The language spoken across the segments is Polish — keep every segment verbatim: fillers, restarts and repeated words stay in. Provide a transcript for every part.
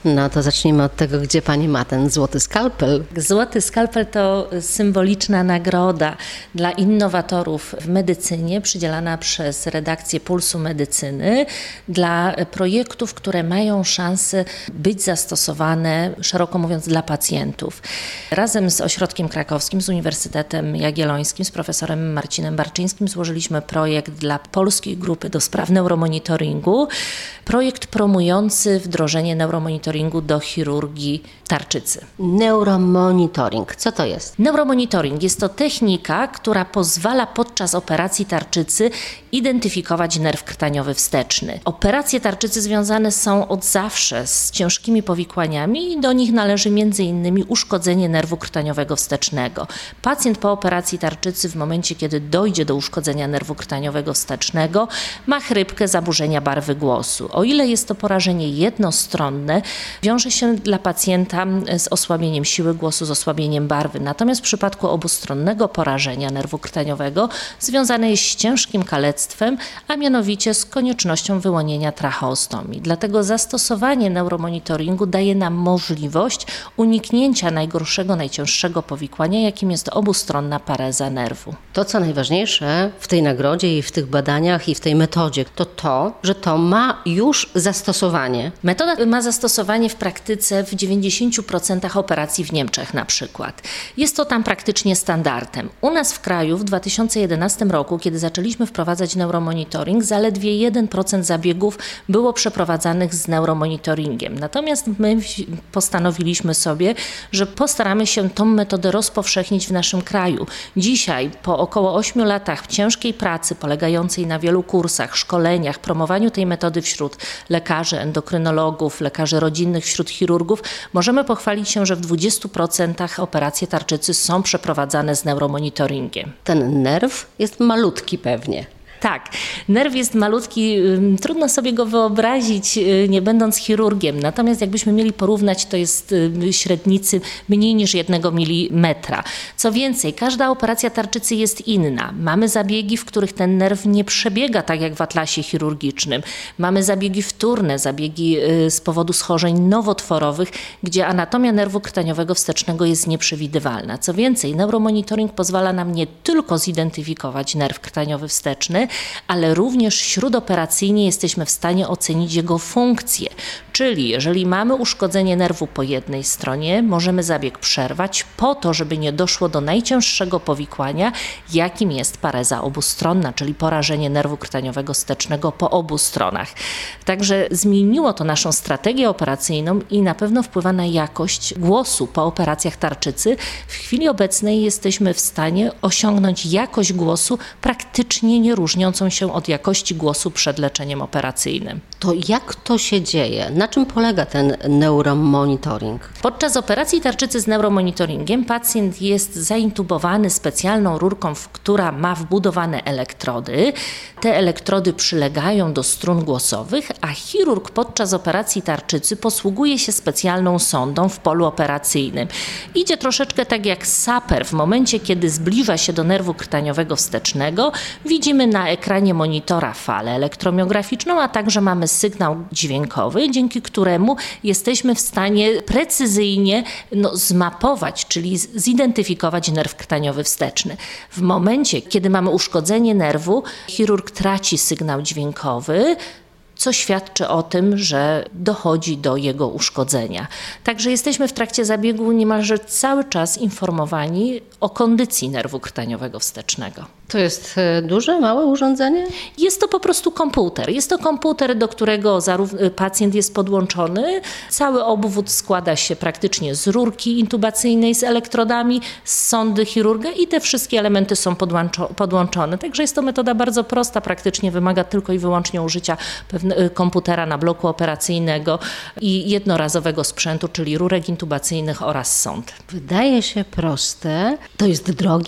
No to zacznijmy od tego, gdzie pani ma ten złoty skalpel. Złoty skalpel to symboliczna nagroda dla innowatorów w medycynie przydzielana przez redakcję Pulsu Medycyny dla projektów, które mają szansę być zastosowane, szeroko mówiąc, dla pacjentów. Razem z Ośrodkiem Krakowskim, z Uniwersytetem Jagiellońskim, z profesorem Marcinem Barczyńskim złożyliśmy projekt dla Polskiej Grupy do Spraw Neuromonitoringu. Projekt promujący wdrożenie neuromonitoringu do chirurgii tarczycy. Neuromonitoring, co to jest? Neuromonitoring jest to technika, która pozwala podczas operacji tarczycy identyfikować nerw krtaniowy wsteczny. Operacje tarczycy związane są od zawsze z ciężkimi powikłaniami i do nich należy między innymi uszkodzenie nerwu krtaniowego wstecznego. Pacjent po operacji tarczycy w momencie, kiedy dojdzie do uszkodzenia nerwu krtaniowego wstecznego, ma chrypkę, zaburzenia barwy głosu. O ile jest to porażenie jednostronne, wiąże się dla pacjenta z osłabieniem siły głosu, z osłabieniem barwy. Natomiast w przypadku obustronnego porażenia nerwu krtaniowego związane jest z ciężkim kalectwem, a mianowicie z koniecznością wyłonienia tracheostomii. Dlatego zastosowanie neuromonitoringu daje nam możliwość uniknięcia najgorszego, najcięższego powikłania, jakim jest obustronna pareza nerwu. To, co najważniejsze w tej nagrodzie i w tych badaniach i w tej metodzie, to to, że to ma już zastosowanie. Metoda ma zastosowanie w praktyce w dziewięćdziesięciu procentach operacji w Niemczech na przykład. Jest to tam praktycznie standardem. U nas w kraju w dwa tysiące jedenastym roku, kiedy zaczęliśmy wprowadzać neuromonitoring, zaledwie jeden procent zabiegów było przeprowadzanych z neuromonitoringiem. Natomiast my postanowiliśmy sobie, że postaramy się tą metodę rozpowszechnić w naszym kraju. Dzisiaj, po około ośmiu latach ciężkiej pracy polegającej na wielu kursach, szkoleniach, promowaniu tej metody wśród lekarzy, endokrynologów, lekarzy rodzinnych, wśród chirurgów, możemy pochwalić się, że w dwudziestu procentach operacje tarczycy są przeprowadzane z neuromonitoringiem. Ten nerw jest malutki pewnie. Tak, nerw jest malutki, trudno sobie go wyobrazić, nie będąc chirurgiem. Natomiast jakbyśmy mieli porównać, to jest średnicy mniej niż jednego milimetra. Co więcej, każda operacja tarczycy jest inna. Mamy zabiegi, w których ten nerw nie przebiega tak jak w atlasie chirurgicznym. Mamy zabiegi wtórne, zabiegi z powodu schorzeń nowotworowych, gdzie anatomia nerwu krtaniowego wstecznego jest nieprzewidywalna. Co więcej, neuromonitoring pozwala nam nie tylko zidentyfikować nerw krtaniowy wsteczny, ale również śródoperacyjnie jesteśmy w stanie ocenić jego funkcję. Czyli jeżeli mamy uszkodzenie nerwu po jednej stronie, możemy zabieg przerwać po to, żeby nie doszło do najcięższego powikłania, jakim jest pareza obustronna, czyli porażenie nerwu krtaniowego wstecznego po obu stronach. Także zmieniło to naszą strategię operacyjną i na pewno wpływa na jakość głosu po operacjach tarczycy. W chwili obecnej jesteśmy w stanie osiągnąć jakość głosu praktycznie nieróżniącą się od jakości głosu przed leczeniem operacyjnym. To jak to się dzieje? Na czym polega ten neuromonitoring? Podczas operacji tarczycy z neuromonitoringiem pacjent jest zaintubowany specjalną rurką, która ma wbudowane elektrody. Te elektrody przylegają do strun głosowych, a chirurg podczas operacji tarczycy posługuje się specjalną sondą w polu operacyjnym. Idzie troszeczkę tak jak saper. W momencie, kiedy zbliża się do nerwu krtaniowego wstecznego, widzimy na ekranie monitora falę elektromiograficzną, a także mamy sygnał dźwiękowy, dzięki któremu jesteśmy w stanie precyzyjnie no, zmapować, czyli zidentyfikować nerw krtaniowy wsteczny. W momencie, kiedy mamy uszkodzenie nerwu, chirurg traci sygnał dźwiękowy, co świadczy o tym, że dochodzi do jego uszkodzenia. Także jesteśmy w trakcie zabiegu niemalże cały czas informowani o kondycji nerwu krtaniowego wstecznego. To jest duże, małe urządzenie? Jest to po prostu komputer. Jest to komputer, do którego zarówno pacjent jest podłączony. Cały obwód składa się praktycznie z rurki intubacyjnej z elektrodami, z sondy chirurga i te wszystkie elementy są podłączone. Także jest to metoda bardzo prosta, praktycznie wymaga tylko i wyłącznie użycia pewnego komputera na bloku operacyjnego i jednorazowego sprzętu, czyli rurek intubacyjnych oraz sond. Wydaje się proste. To jest drogie?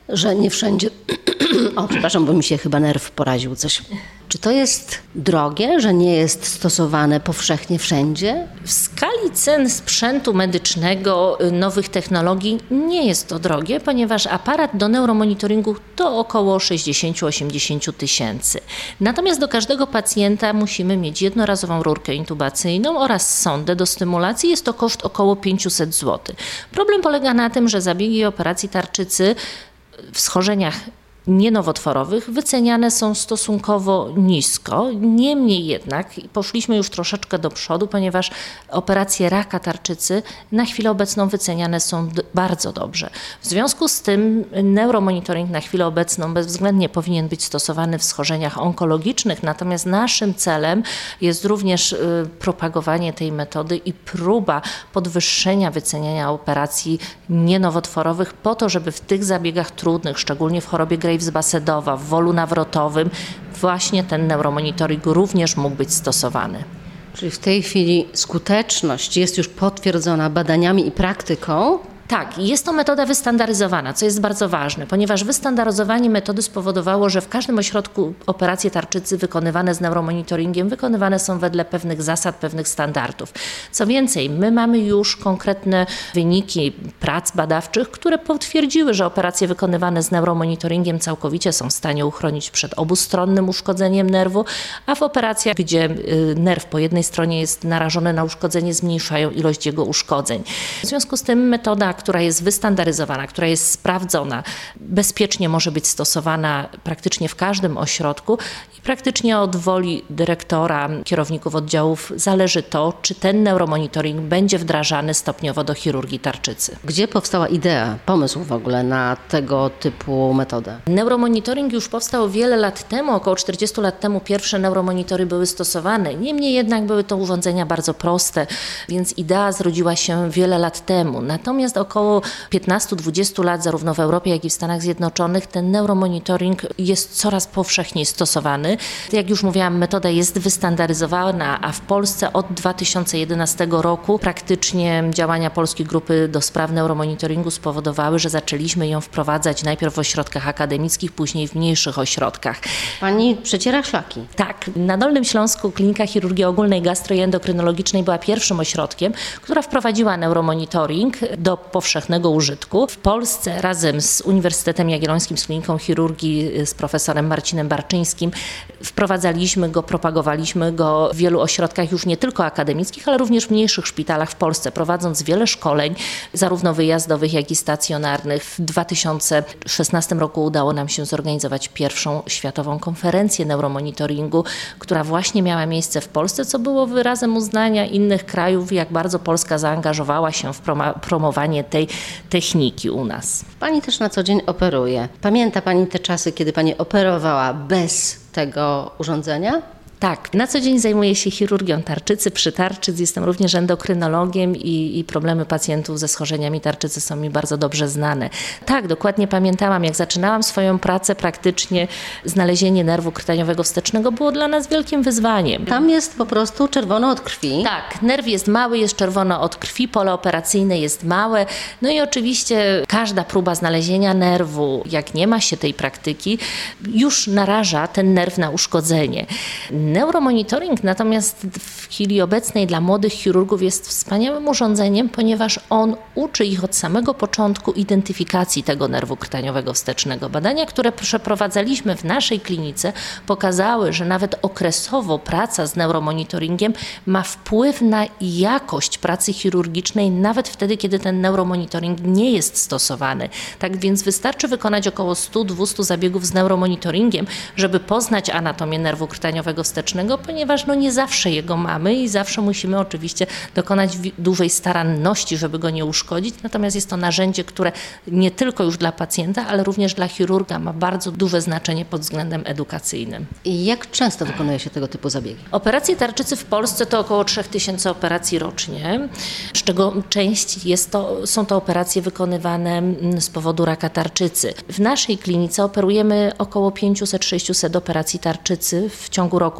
że nie wszędzie... O, przepraszam, bo mi się chyba nerw poraził coś. Czy to jest drogie, że nie jest stosowane powszechnie wszędzie? W skali cen sprzętu medycznego, nowych technologii nie jest to drogie, ponieważ aparat do neuromonitoringu to około sześćdziesiąt do osiemdziesięciu tysięcy. Natomiast do każdego pacjenta musimy mieć jednorazową rurkę intubacyjną oraz sondę do stymulacji. Jest to koszt około pięćset złotych. Problem polega na tym, że zabiegi operacji tarczycy w schorzeniach nienowotworowych wyceniane są stosunkowo nisko. Niemniej jednak poszliśmy już troszeczkę do przodu, ponieważ operacje raka tarczycy na chwilę obecną wyceniane są bardzo dobrze. W związku z tym neuromonitoring na chwilę obecną bezwzględnie powinien być stosowany w schorzeniach onkologicznych, natomiast naszym celem jest również propagowanie tej metody i próba podwyższenia wyceniania operacji nienowotworowych po to, żeby w tych zabiegach trudnych, szczególnie w chorobie Graves-Basedowa, w wolu nawrotowym, właśnie ten neuromonitoring również mógł być stosowany. Czyli w tej chwili skuteczność jest już potwierdzona badaniami i praktyką? Tak, jest to metoda wystandaryzowana, co jest bardzo ważne, ponieważ wystandaryzowanie metody spowodowało, że w każdym ośrodku operacje tarczycy wykonywane z neuromonitoringiem wykonywane są wedle pewnych zasad, pewnych standardów. Co więcej, my mamy już konkretne wyniki prac badawczych, które potwierdziły, że operacje wykonywane z neuromonitoringiem całkowicie są w stanie uchronić przed obustronnym uszkodzeniem nerwu, a w operacjach, gdzie nerw po jednej stronie jest narażony na uszkodzenie, zmniejszają ilość jego uszkodzeń. W związku z tym metoda, która jest wystandaryzowana, która jest sprawdzona, bezpiecznie może być stosowana praktycznie w każdym ośrodku i praktycznie od woli dyrektora, kierowników oddziałów zależy to, czy ten neuromonitoring będzie wdrażany stopniowo do chirurgii tarczycy. Gdzie powstała idea, pomysł w ogóle na tego typu metodę? Neuromonitoring już powstał wiele lat temu, około czterdziestu lat temu pierwsze neuromonitory były stosowane. Niemniej jednak były to urządzenia bardzo proste, więc idea zrodziła się wiele lat temu. Natomiast około piętnastu do dwudziestu lat, zarówno w Europie, jak i w Stanach Zjednoczonych, ten neuromonitoring jest coraz powszechniej stosowany. Jak już mówiłam, metoda jest wystandaryzowana, a w Polsce od dwa tysiące jedenastego roku praktycznie działania Polskiej Grupy do Spraw Neuromonitoringu spowodowały, że zaczęliśmy ją wprowadzać najpierw w ośrodkach akademickich, później w mniejszych ośrodkach. Pani przeciera szlaki. Tak, na Dolnym Śląsku Klinika Chirurgii Ogólnej Gastro i Endokrynologicznej była pierwszym ośrodkiem, która wprowadziła neuromonitoring do powszechnego użytku. W Polsce razem z Uniwersytetem Jagiellońskim, z Kliniką Chirurgii, z profesorem Marcinem Barczyńskim wprowadzaliśmy go, propagowaliśmy go w wielu ośrodkach już nie tylko akademickich, ale również w mniejszych szpitalach w Polsce, prowadząc wiele szkoleń, zarówno wyjazdowych, jak i stacjonarnych. W dwa tysiące szesnastym roku udało nam się zorganizować pierwszą światową konferencję neuromonitoringu, która właśnie miała miejsce w Polsce, co było wyrazem uznania innych krajów, jak bardzo Polska zaangażowała się w promowanie tej techniki u nas. Pani też na co dzień operuje. Pamięta Pani te czasy, kiedy Pani operowała bez tego urządzenia? Tak, na co dzień zajmuję się chirurgią tarczycy, przytarczyc, jestem również endokrynologiem i, i problemy pacjentów ze schorzeniami tarczycy są mi bardzo dobrze znane. Tak, dokładnie pamiętałam, jak zaczynałam swoją pracę, praktycznie znalezienie nerwu krtaniowego wstecznego było dla nas wielkim wyzwaniem. Tam jest po prostu czerwono od krwi. Tak, nerw jest mały, jest czerwono od krwi, pole operacyjne jest małe, no i oczywiście każda próba znalezienia nerwu, jak nie ma się tej praktyki, już naraża ten nerw na uszkodzenie. Neuromonitoring natomiast w chwili obecnej dla młodych chirurgów jest wspaniałym urządzeniem, ponieważ on uczy ich od samego początku identyfikacji tego nerwu krtaniowego wstecznego. Badania, które przeprowadzaliśmy w naszej klinice, pokazały, że nawet okresowo praca z neuromonitoringiem ma wpływ na jakość pracy chirurgicznej, nawet wtedy, kiedy ten neuromonitoring nie jest stosowany. Tak więc wystarczy wykonać około stu do dwustu zabiegów z neuromonitoringiem, żeby poznać anatomię nerwu krtaniowego wstecznego, ponieważ no nie zawsze jego mamy i zawsze musimy oczywiście dokonać dużej staranności, żeby go nie uszkodzić. Natomiast jest to narzędzie, które nie tylko już dla pacjenta, ale również dla chirurga ma bardzo duże znaczenie pod względem edukacyjnym. I jak często wykonuje się tego typu zabiegi? Operacje tarczycy w Polsce to około trzech tysięcy operacji rocznie, z czego część jest to, są to operacje wykonywane z powodu raka tarczycy. W naszej klinice operujemy około pięćset do sześciuset operacji tarczycy w ciągu roku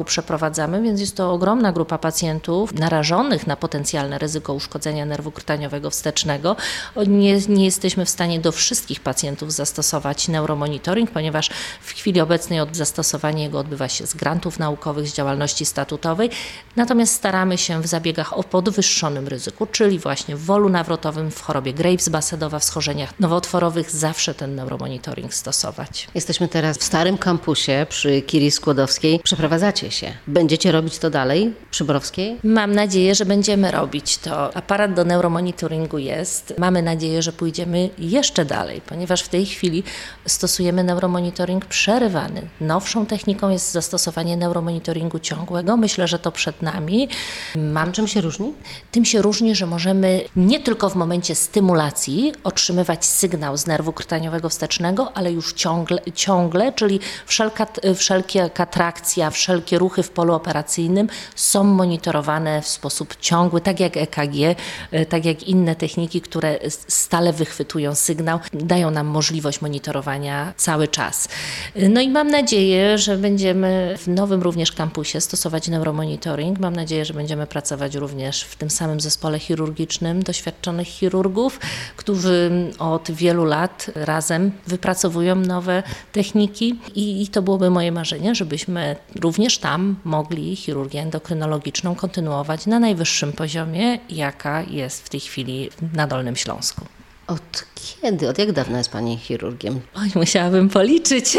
przeprowadzamy, więc jest to ogromna grupa pacjentów narażonych na potencjalne ryzyko uszkodzenia nerwu krtaniowego wstecznego. Nie, nie jesteśmy w stanie do wszystkich pacjentów zastosować neuromonitoring, ponieważ w chwili obecnej od zastosowanie jego odbywa się z grantów naukowych, z działalności statutowej, natomiast staramy się w zabiegach o podwyższonym ryzyku, czyli właśnie w wolu nawrotowym, w chorobie Graves-Basedowa, w schorzeniach nowotworowych zawsze ten neuromonitoring stosować. Jesteśmy teraz w starym kampusie przy Curie Skłodowskiej. Przeprowadzacie się. Będziecie robić to dalej przy Borowskiej? Mam nadzieję, że będziemy robić to. Aparat do neuromonitoringu jest. Mamy nadzieję, że pójdziemy jeszcze dalej, ponieważ w tej chwili stosujemy neuromonitoring przerywany. Nowszą techniką jest zastosowanie neuromonitoringu ciągłego. Myślę, że to przed nami. Mam... Czym się różni? Tym się różni, że możemy nie tylko w momencie stymulacji otrzymywać sygnał z nerwu krtaniowego wstecznego, ale już ciągle, ciągle czyli wszelka, wszelkie katrakcja, wszelkie ruchy w polu operacyjnym są monitorowane w sposób ciągły, tak jak E K G, tak jak inne techniki, które stale wychwytują sygnał, dają nam możliwość monitorowania cały czas. No i mam nadzieję, że będziemy w nowym również kampusie stosować neuromonitoring. Mam nadzieję, że będziemy pracować również w tym samym zespole chirurgicznym doświadczonych chirurgów, którzy od wielu lat razem wypracowują nowe techniki i, i to byłoby moje marzenie, żebyśmy również tam mogli chirurgię endokrynologiczną kontynuować na najwyższym poziomie, jaka jest w tej chwili na Dolnym Śląsku. Od kiedy, od jak dawna jest Pani chirurgiem? Oj, musiałabym policzyć.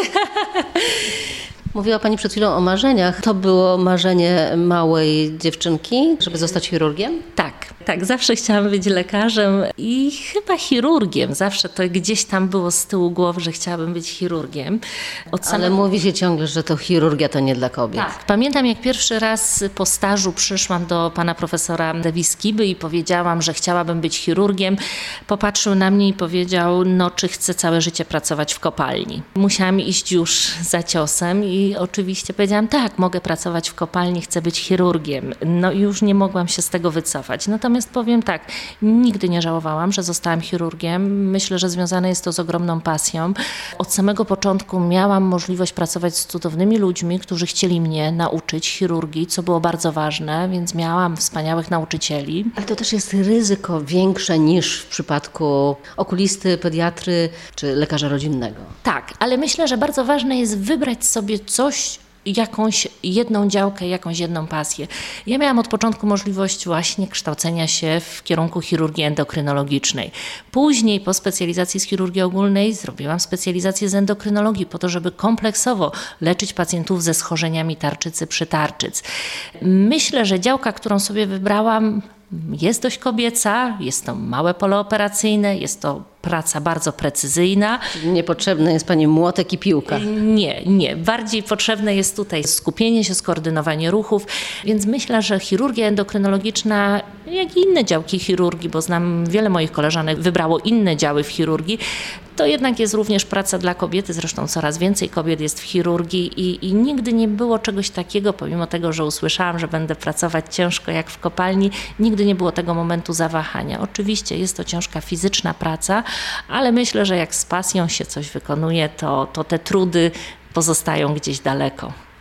Mówiła Pani przed chwilą o marzeniach. To było marzenie małej dziewczynki, żeby zostać chirurgiem? Tak, tak. Zawsze chciałam być lekarzem i chyba chirurgiem. Zawsze to gdzieś tam było z tyłu głowy, że chciałabym być chirurgiem. Od Ale samego... mówi się ciągle, że to chirurgia to nie dla kobiet. Tak. Pamiętam, jak pierwszy raz po stażu przyszłam do pana profesora Dewiskiby i powiedziałam, że chciałabym być chirurgiem. Popatrzył na mnie i powiedział, no czy chcę całe życie pracować w kopalni. Musiałam iść już za ciosem i I oczywiście powiedziałam, tak, mogę pracować w kopalni, chcę być chirurgiem. No i już nie mogłam się z tego wycofać. Natomiast powiem tak, nigdy nie żałowałam, że zostałam chirurgiem. Myślę, że związane jest to z ogromną pasją. Od samego początku miałam możliwość pracować z cudownymi ludźmi, którzy chcieli mnie nauczyć chirurgii, co było bardzo ważne, więc miałam wspaniałych nauczycieli. Ale to też jest ryzyko większe niż w przypadku okulisty, pediatry czy lekarza rodzinnego. Tak, ale myślę, że bardzo ważne jest wybrać sobie coś, jakąś jedną działkę, jakąś jedną pasję. Ja miałam od początku możliwość właśnie kształcenia się w kierunku chirurgii endokrynologicznej. Później po specjalizacji z chirurgii ogólnej zrobiłam specjalizację z endokrynologii po to, żeby kompleksowo leczyć pacjentów ze schorzeniami tarczycy przytarczyc. Myślę, że działka, którą sobie wybrałam, jest dość kobieca, jest to małe pole operacyjne, jest to praca bardzo precyzyjna. Niepotrzebny jest Pani młotek i piłka. Nie, nie. Bardziej potrzebne jest tutaj skupienie się, skoordynowanie ruchów, więc myślę, że chirurgia endokrynologiczna, jak i inne działki chirurgii, bo znam wiele moich koleżanek wybrało inne działy w chirurgii, to jednak jest również praca dla kobiety, zresztą coraz więcej kobiet jest w chirurgii i, i nigdy nie było czegoś takiego, pomimo tego, że usłyszałam, że będę pracować ciężko jak w kopalni, nigdy nie było tego momentu zawahania. Oczywiście jest to ciężka fizyczna praca, ale myślę, że jak z pasją się coś wykonuje, to, to te trudy pozostają gdzieś daleko.